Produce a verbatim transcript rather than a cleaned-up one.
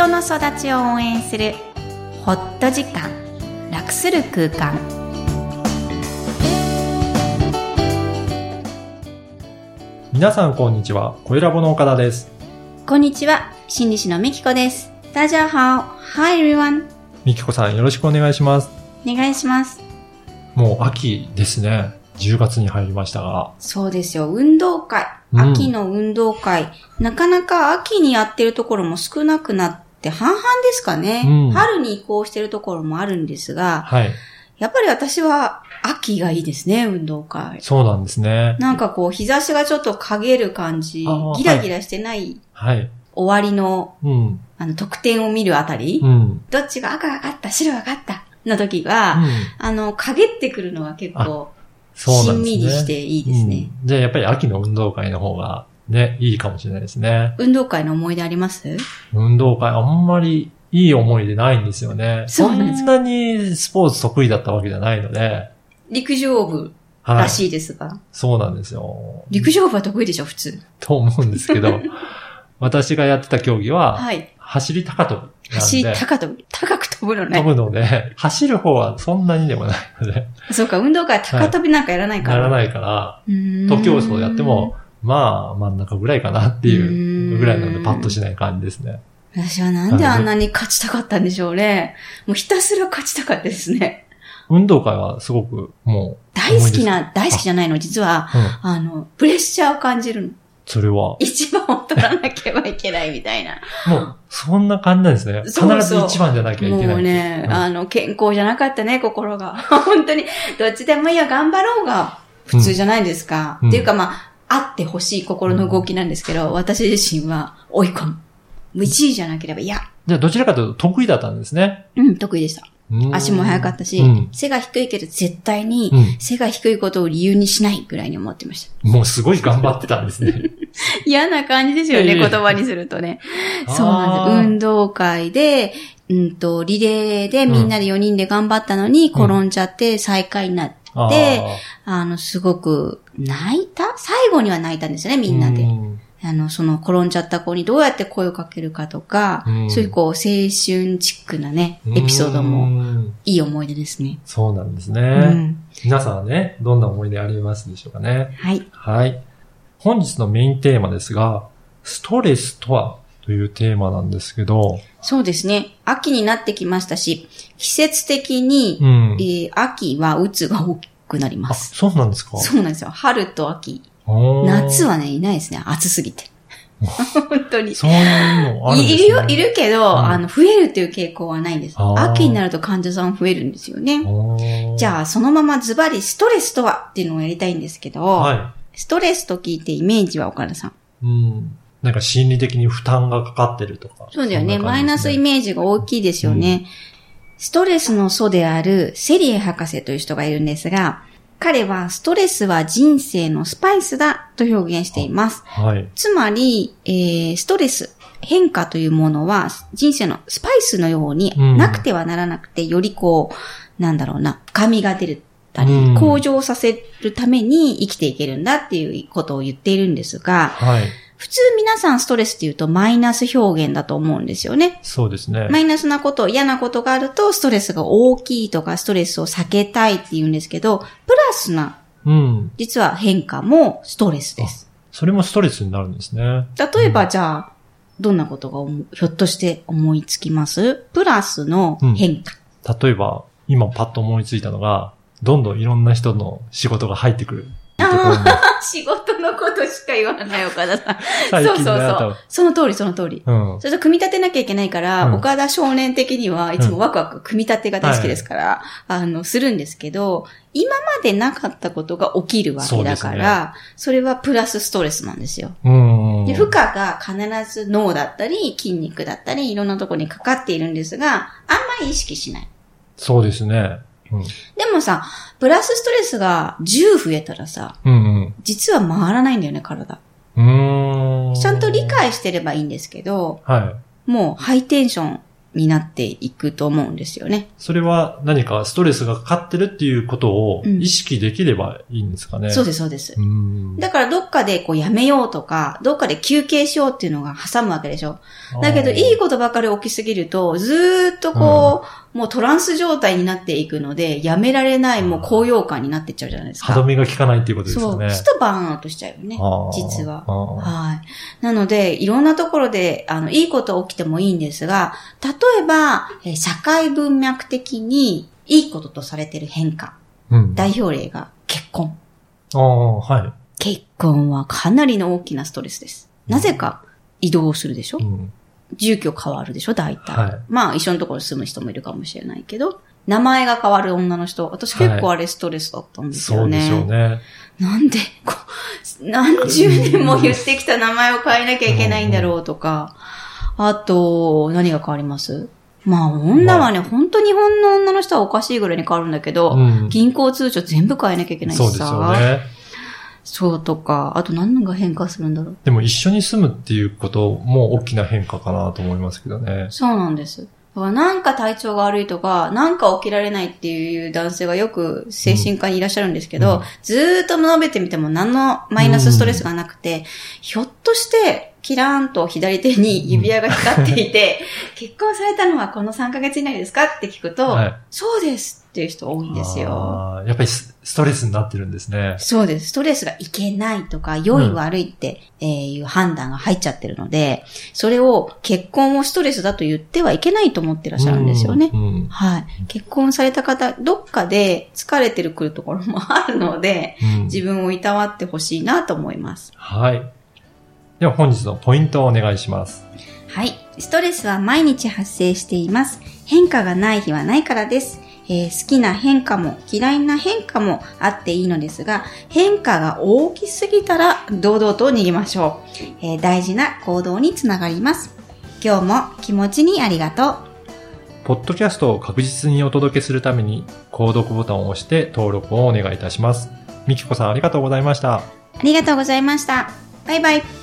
人の育ちを応援するホット時間、楽する空間。 皆さんこんにちは、声ラボの岡田です。 こんにちは、心理師のみきこです。大家好。Hi everyone。 みきこさんよろしくお願いします。 お願いします。 もう秋ですね。じゅうがつに入りましたが。 そうですよ。運動会。秋の運動会。うん、なかなか秋にやってるところも少なくなって半々ですかね。うん、春に移行してるところもあるんですが、はい、やっぱり私は秋がいいですね、運動会。 そうなんですね。 なんかこう日差しがちょっと陰る感じ、ギラギラしてない、はい、終わりの、うん、あの得点を見るあたり、うん、どっちが赤が勝った、白が勝ったの時は、うん、あの陰ってくるのが結構しんみりしていいですね。 うん、じゃあやっぱり秋の運動会の方がね、いいかもしれないですね。 運動会の思い出あります？ 運動会あんまりいい思い出ないんですよね。そんなにスポーツ得意だったわけじゃないので。 陸上部らしいですが。はい、 そうなんですよ。 陸上部は得意でしょ、普通。 と思うんですけど、私がやってた競技は、はい、走り高跳びなんで。 走り高跳び。高く飛ぶのね。 飛ぶので、走る方はそんなにでもないので。 そうか、運動会は高跳びなんかやらないから。 はい、やらないから、徒競走やっても、まあ、真ん中ぐらいかなっていうぐらいなので、パッとしない感じですね。 私はなんであんなに勝ちたかったんでしょうね。もうひたすら勝ちたかったですね。 運動会はすごくもう。 大好きな、大好きじゃないの、実は、うん、あの、プレッシャーを感じるの。 それは一番を取らなければいけないみたいな。 もう、そんな感じなんですね。そうそう、必ず一番じゃなきゃいけない。 もうね、うん、あの、健康じゃなかったね、心が。本当に、どっちでもいいよ、頑張ろうが、普通じゃないですか。うん、っていうかまあ、あってほしい心の動きなんですけど、うん、私自身は追い込む。もう一位じゃなければ嫌。 じゃあどちらかというと得意だったんですね。 うん、得意でした。足も速かったし、うん、背が低いけど絶対に背が低いことを理由にしないぐらいに思ってました。 もうすごい頑張ってたんですね。 嫌な感じですよね、言葉にするとね。そうなんです。運動会で、うんと、リレーでみんなでよにんで頑張ったのに転んじゃって最下位になって、で、あの、すごく泣いた？最後には泣いたんですよね、みんなで。あの、その転んじゃった子にどうやって声をかけるかとか、うん、そういうこう、青春チックなね、エピソードもいい思い出ですね。 そうなんですね。うん、皆さんはね、どんな思い出ありますでしょうかね。 はい。 はい。本日のメインテーマですが、ストレスとはというテーマなんですけど。 そうですね。秋になってきましたし、季節的に、うん、えー、秋はうつが大きくなります。 あ、そうなんですか？ そうなんですよ。春と秋。夏はね、いないですね。暑すぎて。本当に。 そういうのあるんですね。 いるよ、いるけど、うん、あの、増えるっていう傾向はないんです。秋になると患者さん増えるんですよね。じゃあ、そのままズバリストレスとはっていうのをやりたいんですけど、はい、ストレスと聞いてイメージは岡田さん。 うん。なんか心理的に負担がかかってるとか。 そうだよね。マイナスイメージが大きいですよね。うん、ストレスの祖であるセリエ博士という人がいるんですが、彼はストレスは人生のスパイスだと表現しています。はい、つまり、えー、ストレス、変化というものは人生のスパイスのようになくてはならなくて、うん、よりこう、なんだろうな、深みが出たり、うん、向上させるために生きていけるんだっていうことを言っているんですが、はい、普通皆さんストレスって言うとマイナス表現だと思うんですよね。 そうですね。 マイナスなこと、嫌なことがあるとストレスが大きいとかストレスを避けたいって言うんですけど、プラスな、うん、実は変化もストレスです。 それもストレスになるんですね。 例えば、うん、じゃあ、どんなことがひょっとして思いつきます？プラスの変化。 うん、例えば、今パッと思いついたのが、どんどんいろんな人の仕事が入ってくる。 仕事のことしか言わない岡田さん。そうそうそう。その通りその通り。うん、それと組み立てなきゃいけないから、うん、岡田少年的にはいつもワクワク組み立てが大好きですから、うんはい、あの、するんですけど、今までなかったことが起きるわけだから、そ, ね、それはプラスストレスなんですよ。うんで負荷が必ず脳だったり、筋肉だったり、いろんなところにかかっているんですが、あんまり意識しない。 そうですね。うん、 でもさ、プラスストレスがじゅう増えたらさ、うんうん、実は回らないんだよね、体。うーんちゃんと理解してればいいんですけど、はい、もうハイテンションになっていくと思うんですよね。 それは何かストレスがかかってるっていうことを意識できればいいんですかね。 うん、そうです、そうです。 うん、 だからどっかでこうやめようとか、どっかで休憩しようっていうのが挟むわけでしょ。だけどいいことばかり起きすぎると、ずーっとこう、うん、もうトランス状態になっていくので、やめられないもう高揚感になってっちゃうじゃないですか。 歯止めが効かないっていうことですよね。 そう。ちょっとバーンアウトしちゃうよね。実は。はい。なので、いろんなところで、あの、いいこと起きてもいいんですが、例えば、え社会文脈的にいいこととされている変化。うん、代表例が結婚。 ああ、はい。 結婚はかなりの大きなストレスです。なぜか移動するでしょ、うん、住居変わるでしょ大体。はい、まあ一緒のところに住む人もいるかもしれないけど、名前が変わる女の人、私結構あれストレスだったんですよね。はい、そうでしょうね。なんでこう、何十年も言ってきた名前を変えなきゃいけないんだろうとか、あと、何が変わります？まあ女はね、まあ、本当日本の女の人はおかしいぐらいに変わるんだけど、うん、銀行通帳全部変えなきゃいけないしさ。そうですよね。そうとか、あと何が変化するんだろう。 でも一緒に住むっていうことも大きな変化かなと思いますけどね。 そうなんです。だからなんか体調が悪いとか、なんか起きられないっていう男性がよく精神科にいらっしゃるんですけど、うん、ずーっと述べてみても何のマイナスストレスがなくて、うん、ひょっとしてキラーンと左手に指輪が光っていて、うん、結婚されたのはこのさんかげつ以内ですかって聞くと、はい、そうですっていう人多いんですよ。 あ、やっぱりストレスになってるんですね。 そうです。ストレスがいけないとか、良い悪いっていう判断が入っちゃってるので、それを結婚をストレスだと言ってはいけないと思ってらっしゃるんですよね。うんうん、はい。結婚された方、どっかで疲れてるくるところもあるので、うん、自分をいたわってほしいなと思います。 はい。では本日のポイントをお願いします。 はい。ストレスは毎日発生しています。変化がない日はないからです。えー、好きな変化も嫌いな変化もあっていいのですが、変化が大きすぎたら堂々と逃げましょう。えー、大事な行動につながります。今日も気持ちにありがとう。 ポッドキャストを確実にお届けするために、購読ボタンを押して登録をお願いいたします。みきこさんありがとうございました。 ありがとうございました。バイバイ。